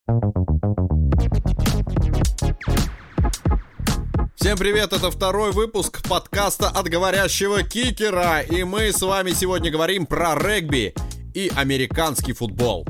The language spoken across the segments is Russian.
Всем привет, это второй выпуск подкаста от говорящего кикера. И мы с вами сегодня говорим про регби и американский футбол.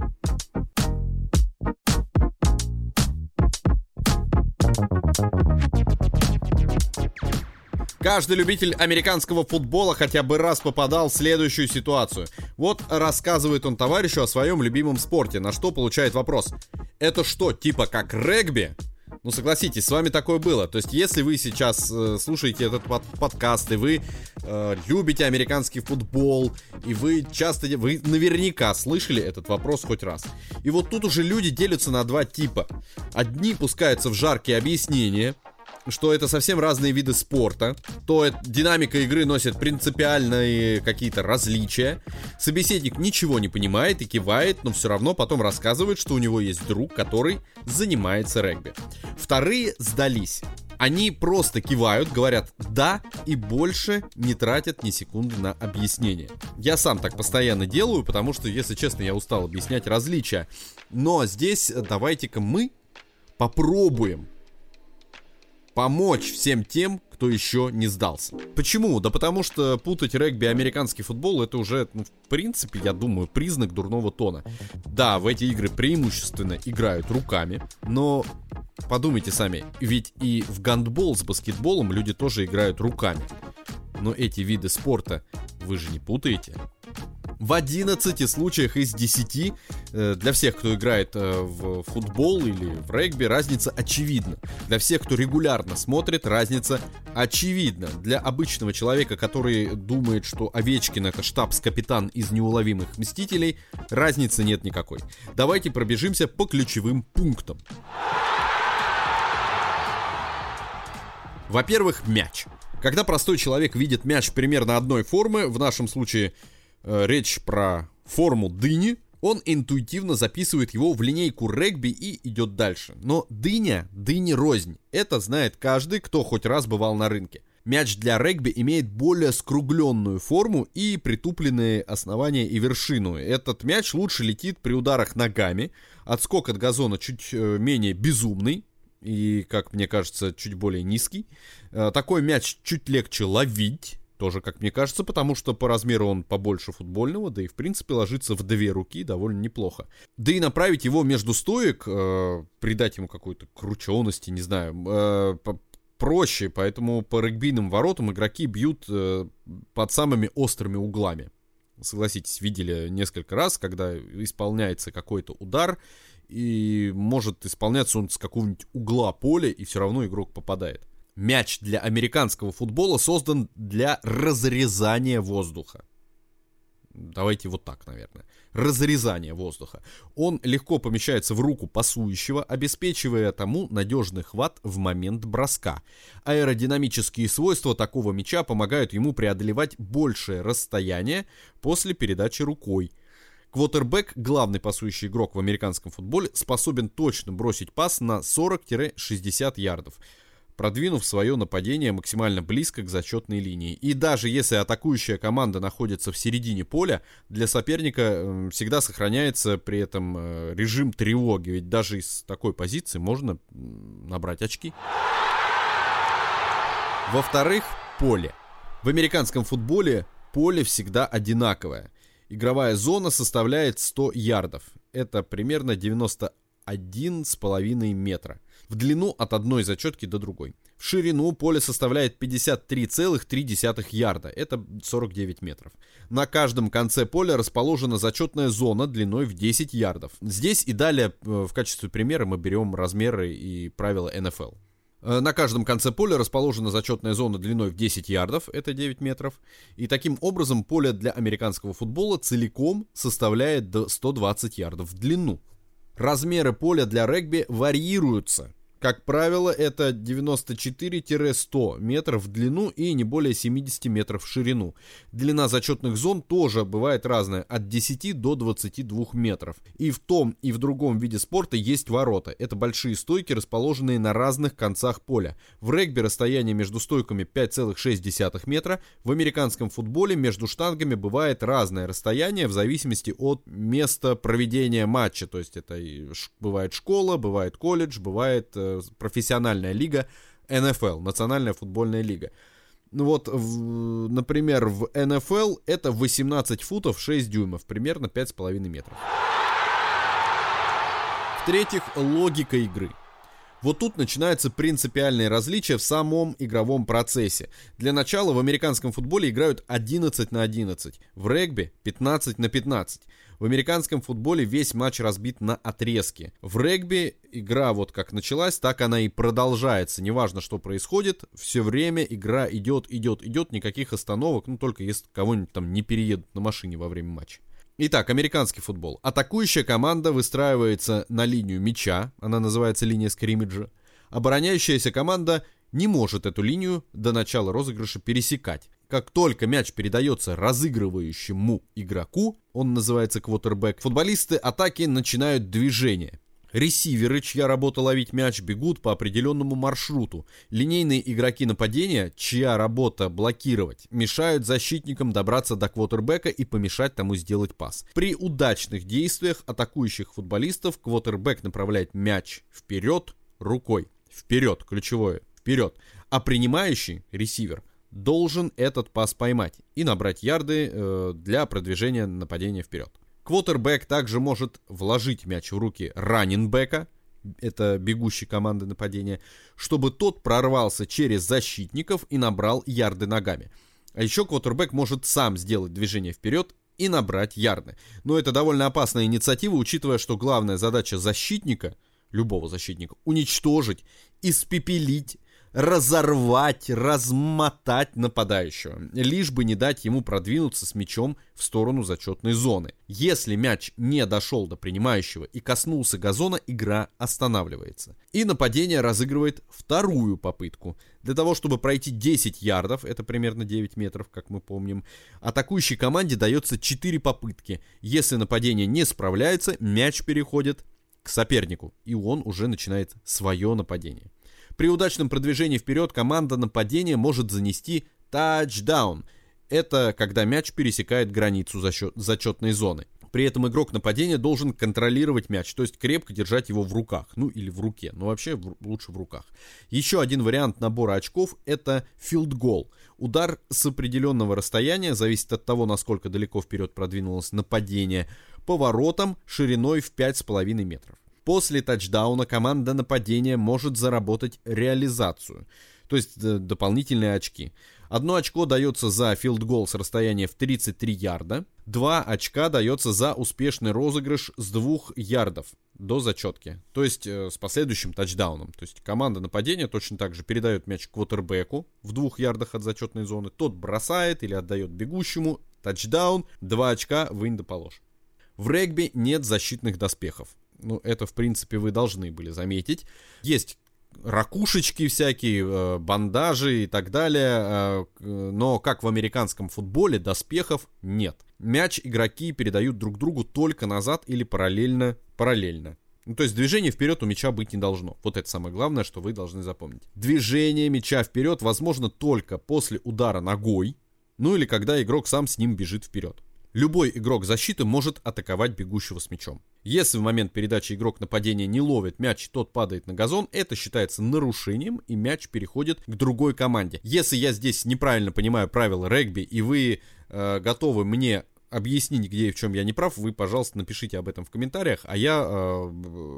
Каждый любитель американского футбола хотя бы раз попадал в следующую ситуацию. Вот рассказывает он товарищу о своем любимом спорте, на что получает вопрос: это что, типа как регби? Ну, согласитесь, с вами такое было. То есть, если вы сейчас слушаете этот подкаст, и вы любите американский футбол, и вы наверняка слышали этот вопрос хоть раз. И вот тут уже люди делятся на два типа. Одни пускаются в жаркие объяснения, что это совсем разные виды спорта, то динамика игры носит принципиальные какие-то различия. Собеседник ничего не понимает и кивает, но все равно потом рассказывает, что у него есть друг, который занимается регби. Вторые сдались. Они просто кивают, говорят «да» и больше не тратят ни секунды на объяснение. Я сам так постоянно делаю, потому что, если честно, я устал объяснять различия. Но здесь давайте-ка мы попробуем помочь всем тем, кто еще не сдался. Почему? Да потому что путать регби и американский футбол — это уже, в принципе, я думаю, признак дурного тона. Да, в эти игры преимущественно играют руками, но подумайте сами, ведь и в гандбол с баскетболом люди тоже играют руками. Но эти виды спорта вы же не путаете. В 11 случаях из 10 для всех, кто играет в футбол или в регби, разница очевидна. Для всех, кто регулярно смотрит, разница очевидна. Для обычного человека, который думает, что Овечкин — это штабс-капитан из «Неуловимых мстителей», разницы нет никакой. Давайте пробежимся по ключевым пунктам. Во-первых, мяч. Когда простой человек видит мяч примерно одной формы, в нашем случае речь про форму дыни, он интуитивно записывает его в линейку регби и идет дальше. Но дыня рознь. Это знает каждый, кто хоть раз бывал на рынке. Мяч для регби имеет более скругленную форму и притупленные основания и вершину. Этот мяч лучше летит при ударах ногами. Отскок от газона чуть менее безумный и, как мне кажется, чуть более низкий. Такой мяч чуть легче ловить. Тоже, как мне кажется, потому что по размеру он побольше футбольного, да и в принципе ложится в две руки довольно неплохо. Да и направить его между стоек, придать ему какой-то кручености, не знаю, проще, поэтому по регбийным воротам игроки бьют под самыми острыми углами. Согласитесь, видели несколько раз, когда исполняется какой-то удар, и может исполняться он с какого-нибудь угла поля, и все равно игрок попадает. Мяч для американского футбола создан для разрезания воздуха. Давайте вот так, наверное. Разрезание воздуха. Он легко помещается в руку пасующего, обеспечивая тому надежный хват в момент броска. Аэродинамические свойства такого мяча помогают ему преодолевать большее расстояние после передачи рукой. Квотербек, главный пасующий игрок в американском футболе, способен точно бросить пас на 40-60 ярдов, продвинув свое нападение максимально близко к зачетной линии. И даже если атакующая команда находится в середине поля, для соперника всегда сохраняется при этом режим тревоги. Ведь даже из такой позиции можно набрать очки. Во-вторых, поле. В американском футболе поле всегда одинаковое. Игровая зона составляет 100 ярдов. Это примерно 91,5 метра. В длину от одной зачетки до другой. В ширину поле составляет 53,3 ярда. Это 49 метров. На каждом конце поля расположена зачетная зона длиной в 10 ярдов. Здесь и далее в качестве примера мы берем размеры и правила НФЛ. На каждом конце поля расположена зачетная зона длиной в 10 ярдов, это 9 метров. И таким образом поле для американского футбола целиком составляет до 120 ярдов в длину. Размеры поля для регби варьируются. Как правило, это 94-100 метров в длину и не более 70 метров в ширину. Длина зачетных зон тоже бывает разная, от 10 до 22 метров. И в том, и в другом виде спорта есть ворота. Это большие стойки, расположенные на разных концах поля. В регби расстояние между стойками 5,6 метра. В американском футболе между штангами бывает разное расстояние в зависимости от места проведения матча. То есть это бывает школа, бывает колледж, бывает профессиональная лига НФЛ, Национальная футбольная лига. Ну вот, например, в НФЛ это 18 футов 6 дюймов, примерно 5,5 метров. В-третьих, логика игры. Вот тут начинаются принципиальные различия в самом игровом процессе. Для начала в американском футболе играют 11 на 11, в регби 15 на 15. В американском футболе весь матч разбит на отрезки. В регби игра вот как началась, так она и продолжается. Неважно, что происходит, все время игра идет, никаких остановок, ну только если кого-нибудь там не переедут на машине во время матча. Итак, американский футбол. Атакующая команда выстраивается на линию мяча, она называется линия скриммиджа. Обороняющаяся команда не может эту линию до начала розыгрыша пересекать. Как только мяч передается разыгрывающему игроку, он называется квотербэк, футболисты атаки начинают движение. Ресиверы, чья работа ловить мяч, бегут по определенному маршруту. Линейные игроки нападения, чья работа блокировать, мешают защитникам добраться до квотербека и помешать тому сделать пас. При удачных действиях атакующих футболистов квотербек направляет мяч вперед рукой. Вперед, ключевое, вперед. А принимающий, ресивер, должен этот пас поймать и набрать ярды для продвижения нападения вперед. Квотербек также может вложить мяч в руки раннинбека, это бегущей команды нападения, чтобы тот прорвался через защитников и набрал ярды ногами. А еще квотербек может сам сделать движение вперед и набрать ярды. Но это довольно опасная инициатива, учитывая, что главная задача защитника, любого защитника, уничтожить, испепелить, разорвать, размотать нападающего, лишь бы не дать ему продвинуться с мячом в сторону зачетной зоны. Если мяч не дошел до принимающего и коснулся газона, игра останавливается. И нападение разыгрывает вторую попытку. Для того, чтобы пройти 10 ярдов, это примерно 9 метров, как мы помним, атакующей команде дается 4 попытки. Если нападение не справляется, мяч переходит к сопернику, и он уже начинает свое нападение. При удачном продвижении вперед команда нападения может занести тачдаун. Это когда мяч пересекает границу зачетной зоны. При этом игрок нападения должен контролировать мяч, то есть крепко держать его в руках, ну или в руке, но вообще лучше в руках. Еще один вариант набора очков — это филд-гол. Удар с определенного расстояния, зависит от того, насколько далеко вперед продвинулось нападение, по воротам шириной в 5,5 метров. После тачдауна команда нападения может заработать реализацию, то есть дополнительные очки. 1 очко дается за филд-гол с расстояния в 33 ярда, 2 очка дается за успешный розыгрыш с 2 ярдов до зачетки, то есть с последующим тачдауном. То есть команда нападения точно так же передает мяч квотербеку в 2 ярдах от зачетной зоны, тот бросает или отдает бегущему, тачдаун, 2 очка, вынь да положь. В регби нет защитных доспехов. Ну, это, в принципе, вы должны были заметить. Есть ракушечки всякие, бандажи и так далее, но, как в американском футболе, доспехов нет. Мяч игроки передают друг другу только назад или параллельно. Ну, то есть движение вперед у мяча быть не должно. Вот это самое главное, что вы должны запомнить. Движение мяча вперед возможно только после удара ногой, ну или когда игрок сам с ним бежит вперед. Любой игрок защиты может атаковать бегущего с мячом. Если в момент передачи игрок нападения не ловит мяч, и тот падает на газон, это считается нарушением, и мяч переходит к другой команде. Если я здесь неправильно понимаю правила регби, и вы готовы мне объяснить, где и в чем я не прав, вы, пожалуйста, напишите об этом в комментариях, а я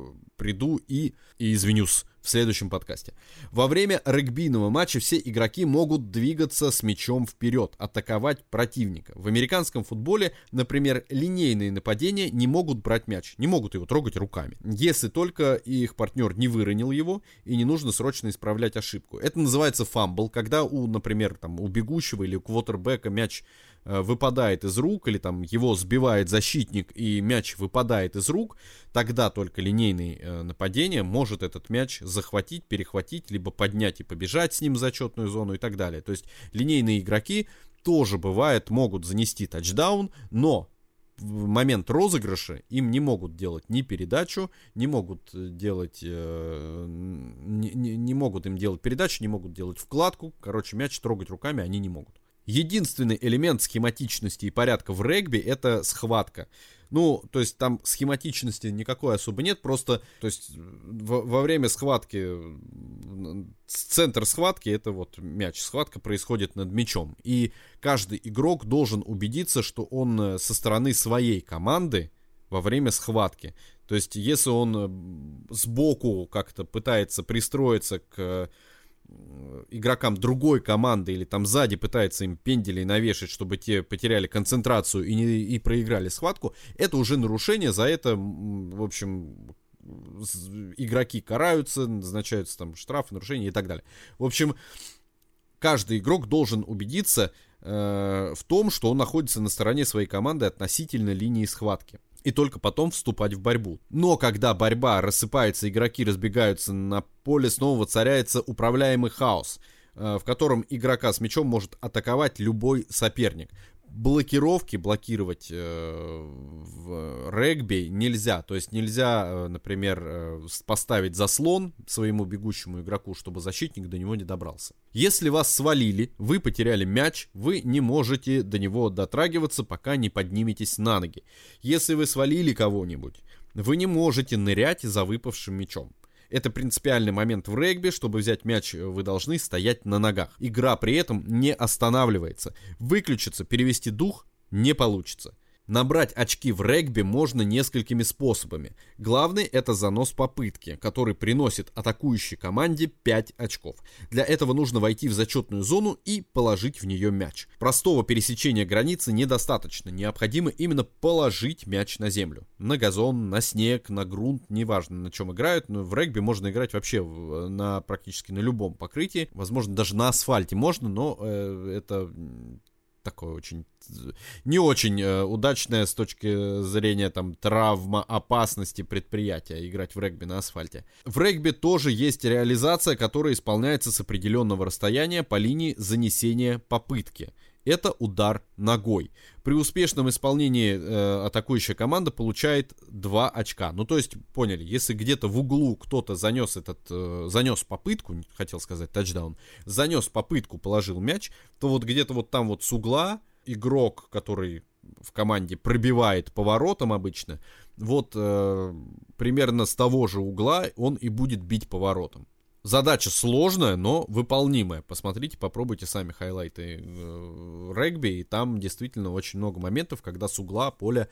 приду и извинюсь в следующем подкасте. Во время регбийного матча все игроки могут двигаться с мячом вперед, атаковать противника. В американском футболе, например, линейные нападения не могут брать мяч, не могут его трогать руками, если только их партнер не выронил его и не нужно срочно исправлять ошибку. Это называется фамбл, когда например, у бегущего или у квотербека мяч выпадает из рук, или там его сбивает защитник и мяч выпадает из рук, тогда только линейный нападение может этот мяч захватить, перехватить, либо поднять и побежать с ним в зачетную зону и так далее. То есть линейные игроки тоже бывает могут занести тачдаун, но в момент розыгрыша им не могут делать ни передачу, не могут делать не могут им делать передачу, не могут делать вкладку. Короче, мяч трогать руками они не могут. Единственный элемент схематичности и порядка в регби — это схватка. Ну, то есть там схематичности никакой особо нет, просто, то есть во время схватки, центр схватки — это вот мяч, схватка происходит над мячом, и каждый игрок должен убедиться, что он со стороны своей команды во время схватки. То есть если он сбоку как-то пытается пристроиться к игрокам другой команды или там сзади пытается им пенделей навешать, чтобы те потеряли концентрацию и проиграли схватку, это уже нарушение, за это, в общем, игроки караются, назначаются там штрафы, нарушения и так далее. В общем, каждый игрок должен убедиться в том, что он находится на стороне своей команды относительно линии схватки. И только потом вступать в борьбу. Но когда борьба рассыпается, игроки разбегаются на поле, снова воцаряется управляемый хаос, в котором игрока с мячом может атаковать любой соперник. Блокировать в регби нельзя. То есть нельзя, например, поставить заслон своему бегущему игроку, чтобы защитник до него не добрался. Если вас свалили, вы потеряли мяч, вы не можете до него дотрагиваться, пока не подниметесь на ноги. Если вы свалили кого-нибудь, вы не можете нырять за выпавшим мячом. Это принципиальный момент в регби. Чтобы взять мяч, вы должны стоять на ногах. Игра при этом не останавливается. Выключиться, перевести дух не получится. Набрать очки в регби можно несколькими способами. Главный — это занос попытки, который приносит атакующей команде 5 очков. Для этого нужно войти в зачетную зону и положить в нее мяч. Простого пересечения границы недостаточно. Необходимо именно положить мяч на землю. На газон, на снег, на грунт, неважно на чем играют. Но в регби можно играть вообще практически на любом покрытии. Возможно, даже на асфальте можно, но это такое очень не очень удачное с точки зрения там травмоопасности предприятия играть в регби на асфальте. В регби тоже есть реализация, которая исполняется с определенного расстояния по линии занесения попытки. Это удар ногой. При успешном исполнении атакующая команда получает 2 очка. Ну, то есть, поняли, если где-то в углу кто-то занес попытку, хотел сказать тачдаун, занес попытку, положил мяч, то вот где-то вот там вот с угла игрок, который в команде пробивает поворотом обычно, вот примерно с того же угла он и будет бить поворотом. Задача сложная, но выполнимая. Посмотрите, попробуйте сами хайлайты регби, и там действительно очень много моментов, когда с угла поля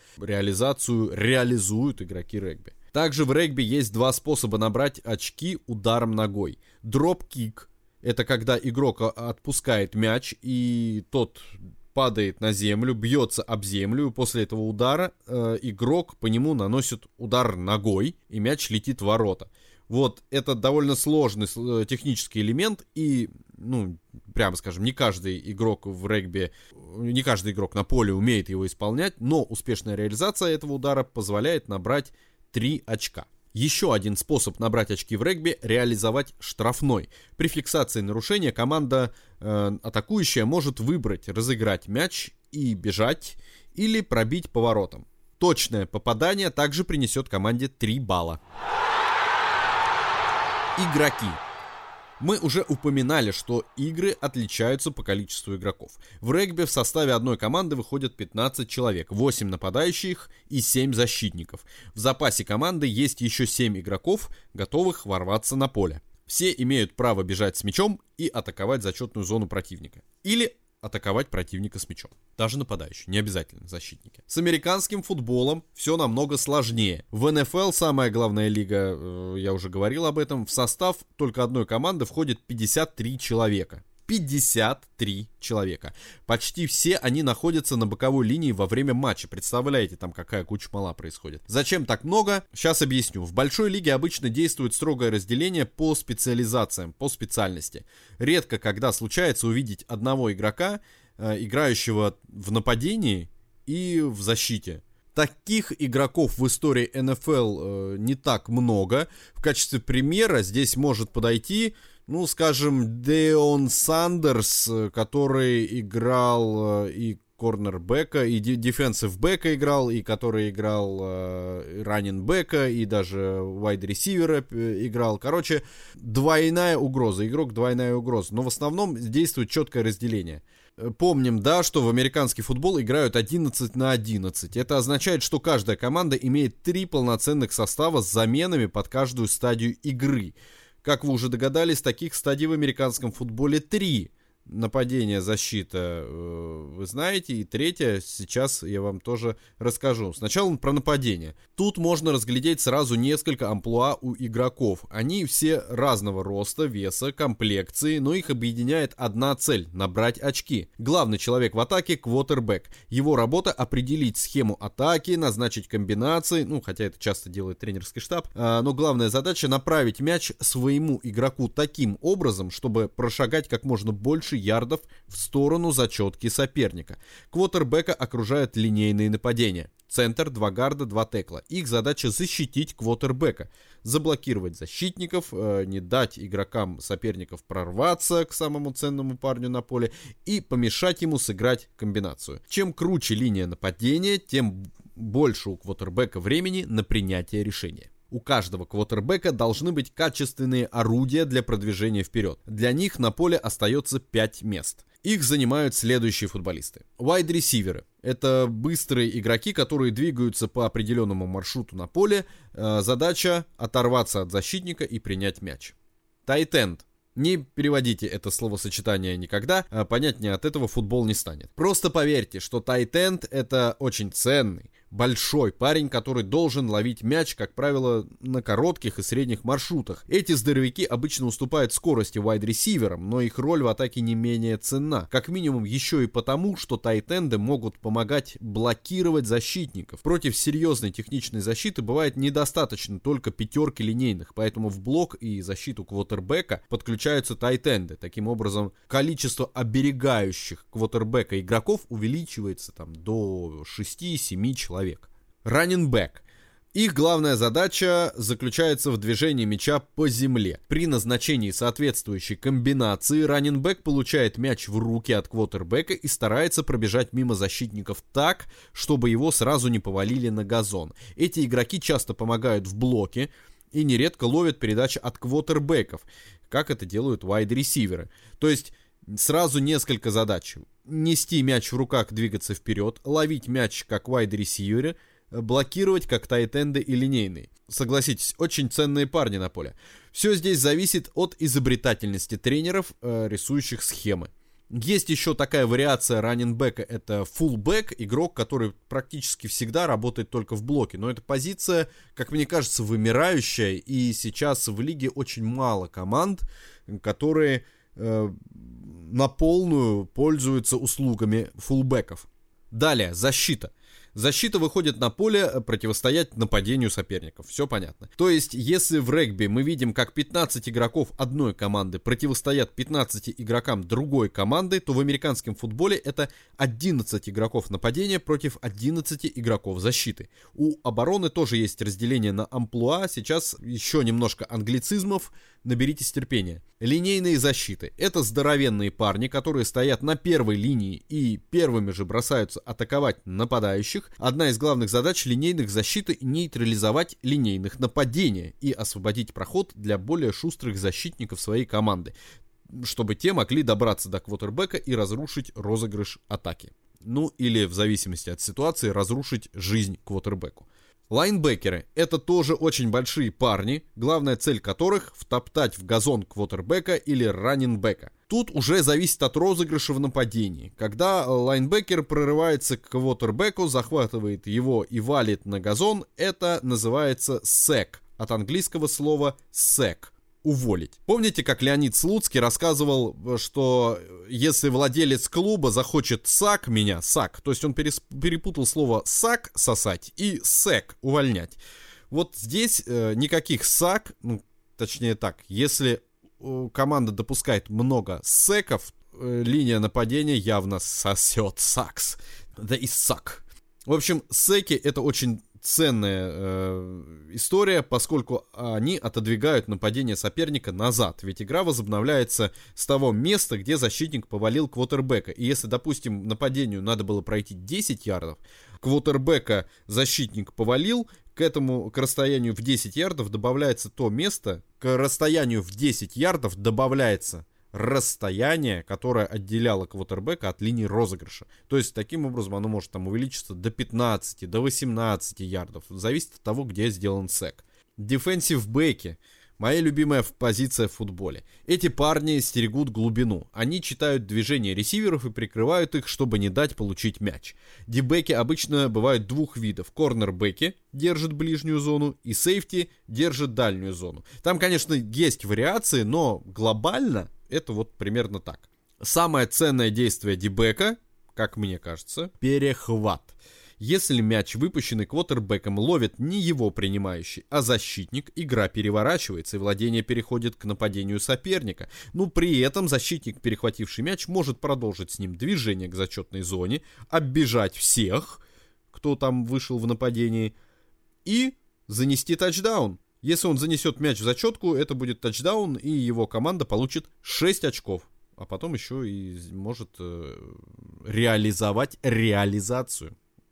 реализуют игроки регби. Также в регби есть 2 способа набрать очки ударом ногой. Дроп-кик — это когда игрок отпускает мяч, и тот падает на землю, бьется об землю, и после этого удара игрок по нему наносит удар ногой, и мяч летит в ворота. Вот, это довольно сложный технический элемент, и, прямо скажем, не каждый игрок в регби, не каждый игрок на поле умеет его исполнять, но успешная реализация этого удара позволяет набрать 3 очка. Еще один способ набрать очки в регби — реализовать штрафной. При фиксации нарушения команда атакующая может выбрать разыграть мяч и бежать, или пробить поворотом. Точное попадание также принесет команде 3 балла. Игроки. Мы уже упоминали, что игры отличаются по количеству игроков. В регби в составе одной команды выходят 15 человек, 8 нападающих и 7 защитников. В запасе команды есть еще 7 игроков, готовых ворваться на поле. Все имеют право бежать с мячом и атаковать зачетную зону противника. Или атаковать противника с мячом. Даже нападающие, не обязательно защитники. С американским футболом все намного сложнее. В НФЛ, самая главная лига, я уже говорил об этом, в состав только одной команды входит 53 человека. 53 человека. Почти все они находятся на боковой линии во время матча. Представляете, там какая куча мала происходит. Зачем так много? Сейчас объясню. В большой лиге обычно действует строгое разделение по специализациям, по специальности. Редко когда случается увидеть одного игрока, играющего в нападении и в защите. Таких игроков в истории НФЛ не так много. В качестве примера здесь может подойти, скажем, Деон Сандерс, который играл и корнербека, и дефенсив бэка играл, и который играл раннинбека, и даже вайд-ресивера играл. Короче, двойная угроза, игрок двойная угроза. Но в основном действует четкое разделение. Помним, да, что в американский футбол играют 11 на 11. Это означает, что каждая команда имеет 3 полноценных состава с заменами под каждую стадию игры. Как вы уже догадались, таких стадий в американском футболе 3. Нападение, защита, вы знаете, и третье сейчас я вам тоже расскажу. Сначала про нападение. Тут можно разглядеть сразу несколько амплуа у игроков. Они все разного роста, веса, комплекции, но их объединяет одна цель – набрать очки. Главный человек в атаке – квотербэк. Его работа – определить схему атаки, назначить комбинации, хотя это часто делает тренерский штаб, но главная задача – направить мяч своему игроку таким образом, чтобы прошагать как можно больше ярдов в сторону зачетки соперника. Квотербека окружают линейные нападения. Центр, 2 гарда, 2 текла. Их задача защитить квотербека, заблокировать защитников, не дать игрокам соперников прорваться к самому ценному парню на поле и помешать ему сыграть комбинацию. Чем круче линия нападения, тем больше у квотербека времени на принятие решения. У каждого квотербека должны быть качественные орудия для продвижения вперед. Для них на поле остается 5 мест. Их занимают следующие футболисты. Вайд-ресиверы. Это быстрые игроки, которые двигаются по определенному маршруту на поле. Задача оторваться от защитника и принять мяч. Тайт-энд. Не переводите это словосочетание никогда, понятнее от этого футбол не станет. Просто поверьте, что тайт-энд это очень ценный, большой парень, который должен ловить мяч, как правило, на коротких и средних маршрутах. Эти здоровяки обычно уступают скорости вайд-ресиверам, но их роль в атаке не менее ценна. Как минимум еще и потому, что тайт-энды могут помогать блокировать защитников. Против серьезной техничной защиты бывает недостаточно только 5 линейных, поэтому в блок и защиту квотербека подключаются тайт-энды. Таким образом, количество оберегающих квотербека игроков увеличивается до 6-7 человек. Раннинбэк. Их главная задача заключается в движении мяча по земле. При назначении соответствующей комбинации раннинбэк получает мяч в руки от квотербека и старается пробежать мимо защитников так, чтобы его сразу не повалили на газон. Эти игроки часто помогают в блоке и нередко ловят передачи от квотербеков, как это делают вайд-ресиверы. То есть сразу несколько задач. Нести мяч в руках, двигаться вперед, ловить мяч как вайд-ресиверы, блокировать как тайт-энды и линейные. Согласитесь, очень ценные парни на поле. Все здесь зависит от изобретательности тренеров, рисующих схемы. Есть еще такая вариация раннинбека, это фуллбэк, игрок, который практически всегда работает только в блоке. Но эта позиция, как мне кажется, вымирающая, и сейчас в лиге очень мало команд, которые на полную пользуются услугами фуллбэков. Далее, защита. Защита выходит на поле противостоять нападению соперников. Все понятно. То есть, если в регби мы видим, как 15 игроков одной команды противостоят 15 игрокам другой команды, то в американском футболе это 11 игроков нападения против 11 игроков защиты. У обороны тоже есть разделение на амплуа. Сейчас еще немножко англицизмов. Наберитесь терпения. Линейные защиты. Это здоровенные парни, которые стоят на первой линии и первыми же бросаются атаковать нападающих. Одна из главных задач линейных защиты — нейтрализовать линейных нападения и освободить проход для более шустрых защитников своей команды, чтобы те могли добраться до квотербека и разрушить розыгрыш атаки. Или, в зависимости от ситуации, разрушить жизнь квотербеку. Лайнбекеры — это тоже очень большие парни, главная цель которых — втоптать в газон квотербека или раннинбека. Тут уже зависит от розыгрыша в нападении. Когда лайнбекер прорывается к квотербеку, захватывает его и валит на газон, это называется сэк, от английского слова sack — уволить. Помните, как Леонид Слуцкий рассказывал, что если владелец клуба захочет сак, то есть он перепутал слово сак — сосать и сэк — увольнять. Вот здесь никаких сак, точнее так, если команда допускает много сэков, линия нападения явно сосет сакс. Да и сак. В общем, секи — это очень ценная история, поскольку они отодвигают нападение соперника назад. Ведь игра возобновляется с того места, где защитник повалил квотербека. И если, допустим, нападению надо было пройти 10 ярдов, квотербека защитник повалил, к расстоянию в 10 ярдов добавляется то место, к расстоянию в 10 ярдов добавляется расстояние, которое отделяло квотербека от линии розыгрыша. То есть, таким образом, оно может там увеличиться до 15, до 18 ярдов. Зависит от того, где сделан сек. Defensive бэки. Моя любимая позиция в футболе. Эти парни стерегут глубину. Они читают движения ресиверов и прикрывают их, чтобы не дать получить мяч. Дибеки обычно бывают двух видов. Корнербеки держат ближнюю зону и сейфти держат дальнюю зону. Там, конечно, есть вариации, но глобально это вот примерно так. Самое ценное действие дибека, как мне кажется, перехват. Если мяч, выпущенный квотербеком, ловит не его принимающий, а защитник, игра переворачивается и владение переходит к нападению соперника. Но при этом защитник, перехвативший мяч, может продолжить с ним движение к зачетной зоне, оббежать всех, кто там вышел в нападении, и занести тачдаун. Если он занесет мяч в зачетку, это будет тачдаун, и его команда получит 6 очков. А потом еще и может реализовать реализацию.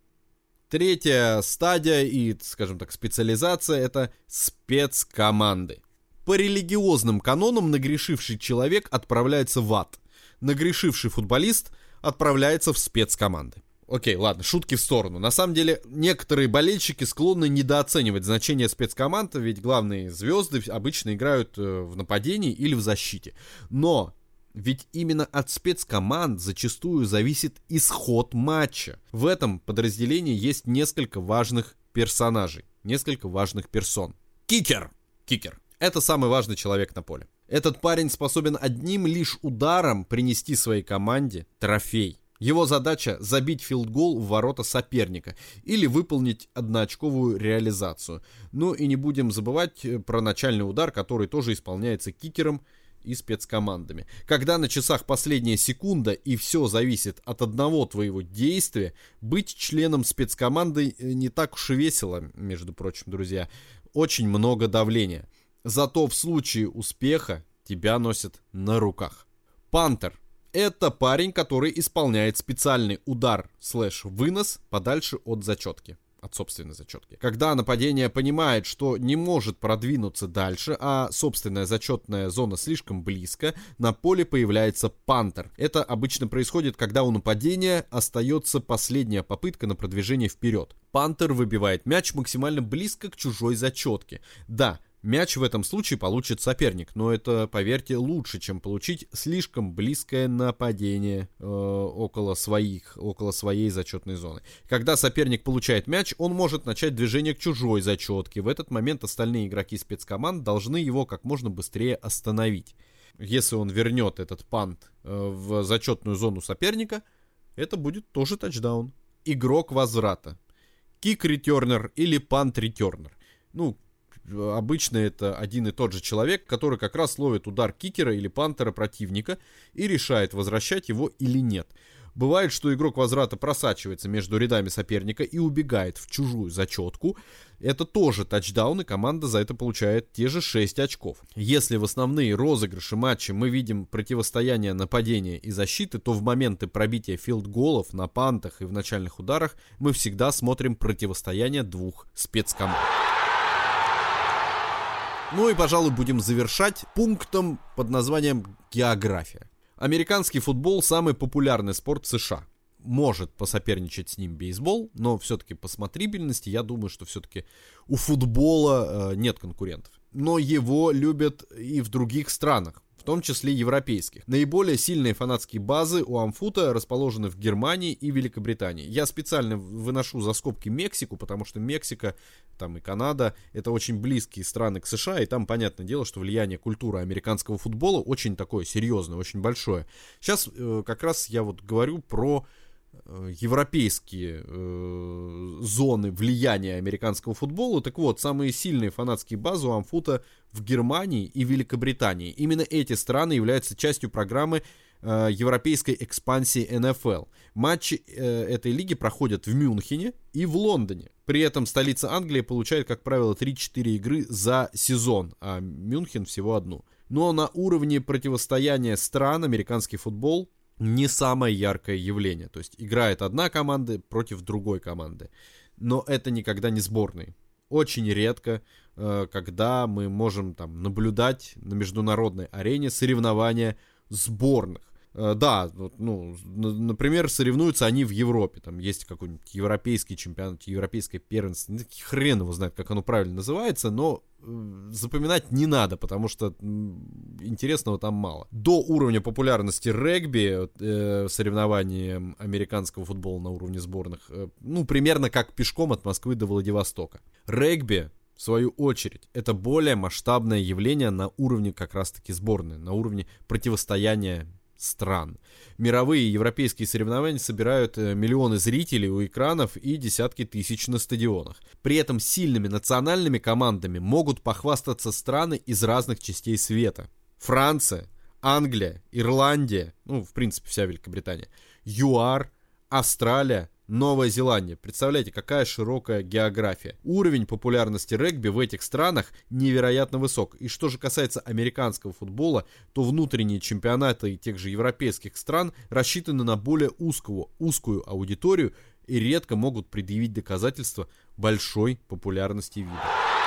Третья стадия и, скажем так, специализация — это спецкоманды. По религиозным канонам нагрешивший человек отправляется в ад. Нагрешивший футболист отправляется в спецкоманды. Окей, ладно, шутки в сторону. На самом деле, некоторые болельщики склонны недооценивать значение спецкоманд, ведь главные звезды обычно играют в нападении или в защите. Но ведь именно от спецкоманд зачастую зависит исход матча. В этом подразделении есть несколько важных персонажей, несколько важных персон. Кикер. Это самый важный человек на поле. Этот парень способен одним лишь ударом принести своей команде трофей. Его задача — забить филдгол в ворота соперника или выполнить одноочковую реализацию. Ну и не будем забывать про начальный удар, который тоже исполняется кикером и спецкомандами. Когда на часах последняя секунда и все зависит от одного твоего действия, быть членом спецкоманды не так уж и весело, между прочим, друзья. Очень много давления. Зато в случае успеха тебя носят на руках. Пантер — это парень, который исполняет специальный удар/вынос подальше от зачетки. От собственной зачетки. Когда нападение понимает, что не может продвинуться дальше, а собственная зачетная зона слишком близко, на поле появляется пантер. Это обычно происходит, когда у нападения остается последняя попытка на продвижение вперед. Пантер выбивает мяч максимально близко к чужой зачетке. Да, мяч в этом случае получит соперник, но это, поверьте, лучше, чем получить слишком близкое нападение около своей зачетной зоны. Когда соперник получает мяч, он может начать движение к чужой зачетке. В этот момент остальные игроки спецкоманд должны его как можно быстрее остановить. Если он вернет этот пант в зачетную зону соперника, это будет тоже тачдаун. Игрок возврата. Кик-ретернер или пант-ретернер. Обычно это один и тот же человек, который как раз ловит удар кикера или пантера противника и решает, возвращать его или нет. Бывает, что игрок возврата просачивается между рядами соперника и убегает в чужую зачетку. Это тоже тачдаун, и команда за это получает те же 6 очков. Если в основные розыгрыши матча мы видим противостояние нападения и защиты, то в моменты пробития филдголов на пантах и в начальных ударах мы всегда смотрим противостояние двух спецкоманд. Ну и, пожалуй, будем завершать пунктом под названием «География». Американский футбол — самый популярный спорт в США. Может посоперничать с ним бейсбол, но все-таки по смотрибельности я думаю, что все-таки у футбола нет конкурентов. Но его любят и в других странах, в том числе европейских. Наиболее сильные фанатские базы у амфута расположены в Германии и Великобритании. Я специально выношу за скобки Мексику, потому что Мексика, там и Канада — это очень близкие страны к США, и там, понятное дело, что влияние культуры американского футбола очень такое серьезное, очень большое. Сейчас как раз я вот говорю про европейские зоны влияния американского футбола. Так вот, самые сильные фанатские базы у амфута в Германии и Великобритании. Именно эти страны являются частью программы европейской экспансии НФЛ. Матчи этой лиги проходят в Мюнхене и в Лондоне. При этом столица Англии получает, как правило, 3-4 игры за сезон, а Мюнхен всего одну. Но на уровне противостояния стран американский футбол не самое яркое явление. То есть играет одна команда против другой команды. Но это никогда не сборные. Очень редко, когда мы можем там наблюдать на международной арене соревнования сборных. Да, ну, например, соревнуются они в Европе. Там есть какой-нибудь европейский чемпионат, европейское первенство. Хрен его знает, как оно правильно называется, но запоминать не надо, потому что интересного там мало. До уровня популярности регби, соревнований американского футбола на уровне сборных, ну, примерно как пешком от Москвы до Владивостока. Регби, в свою очередь, это более масштабное явление на уровне как раз-таки сборной, на уровне противостояния стран. Мировые и европейские соревнования собирают миллионы зрителей у экранов и десятки тысяч на стадионах. При этом сильными национальными командами могут похвастаться страны из разных частей света. Франция, Англия, Ирландия, ну, в принципе, вся Великобритания, ЮАР, Австралия, Новая Зеландия. Представляете, какая широкая география. Уровень популярности регби в этих странах невероятно высок. И что же касается американского футбола, то внутренние чемпионаты тех же европейских стран рассчитаны на более узкую аудиторию и редко могут предъявить доказательства большой популярности вида.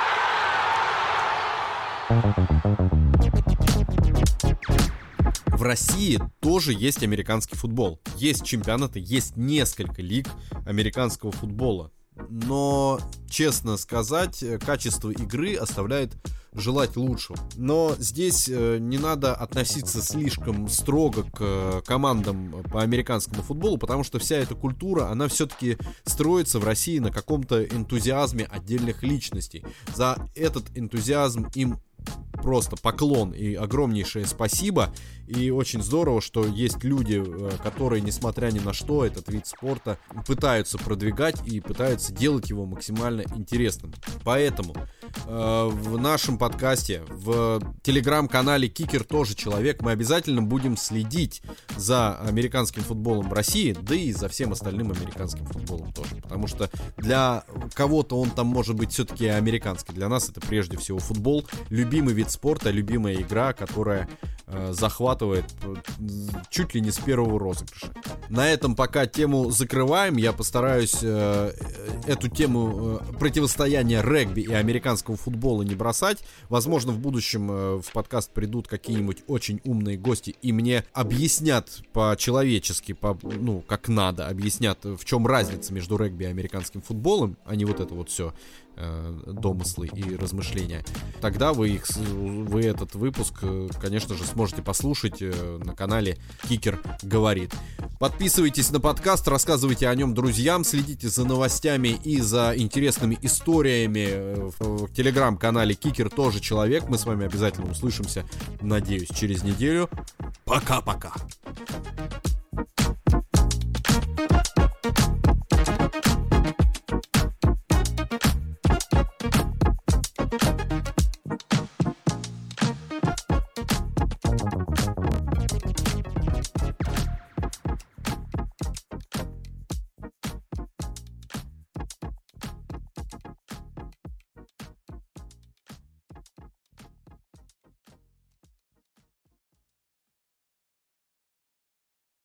В России тоже есть американский футбол. Есть чемпионаты, есть несколько лиг американского футбола. Но, честно сказать, качество игры оставляет желать лучшего. Но здесь не надо относиться слишком строго к командам по американскому футболу, потому что вся эта культура, она все-таки строится в России на каком-то энтузиазме отдельных личностей. За этот энтузиазм им просто поклон и огромнейшее спасибо. И очень здорово, что есть люди, которые, несмотря ни на что, этот вид спорта пытаются продвигать и пытаются делать его максимально интересным. Поэтому в нашем подкасте, в телеграм-канале Кикер тоже человек, мы обязательно будем следить за американским футболом в России, да и за всем остальным американским футболом тоже. Потому что для кого-то он там может быть все-таки американский. Для нас это прежде всего футбол, любимый вид спорта, любимая игра, которая захватывает чуть ли не с первого розыгрыша. На этом пока тему закрываем. Я постараюсь эту тему противостояния регби и американского футбола не бросать. Возможно, в будущем в подкаст придут какие-нибудь очень умные гости и мне объяснят по-человечески, ну, как надо, объяснят, в чем разница между регби и американским футболом, а не вот это вот все домыслы и размышления. Тогда вы этот выпуск, конечно же, сможете послушать на канале Кикер говорит. Подписывайтесь на подкаст, рассказывайте о нем друзьям, следите за новостями и за интересными историями в телеграм-канале Кикер тоже человек. Мы с вами обязательно услышимся, надеюсь, через неделю. Пока-пока.